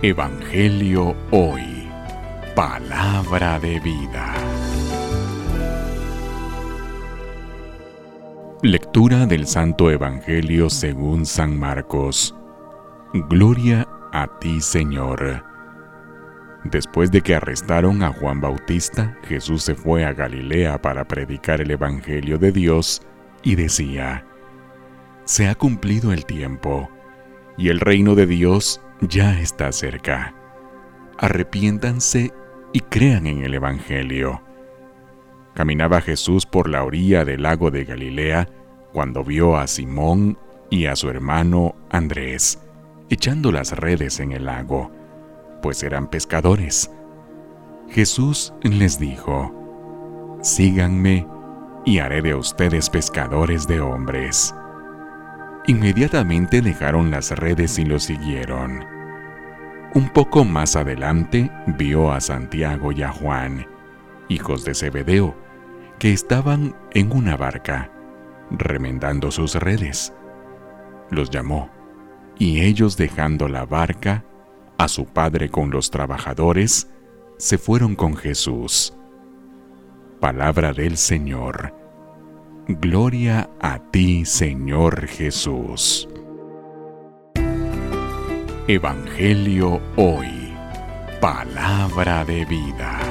Evangelio Hoy. Palabra de vida. Lectura del Santo Evangelio según San Marcos. Gloria a ti, Señor. Después de que arrestaron a Juan Bautista, Jesús se fue a Galilea para predicar el Evangelio de Dios y decía: Se ha cumplido el tiempo, y el reino de Dios ya está cerca. Arrepiéntanse y crean en el Evangelio. Caminaba Jesús por la orilla del lago de Galilea cuando vio a Simón y a su hermano Andrés echando las redes en el lago, pues eran pescadores. Jesús les dijo: Síganme y haré de ustedes pescadores de hombres. Inmediatamente dejaron las redes y lo siguieron. Un poco más adelante vio a Santiago y a Juan, hijos de Zebedeo, que estaban en una barca, remendando sus redes. Los llamó, y ellos, dejando la barca, a su padre con los trabajadores, se fueron con Jesús. Palabra del Señor. Gloria a ti, Señor Jesús. Evangelio Hoy. Palabra de vida.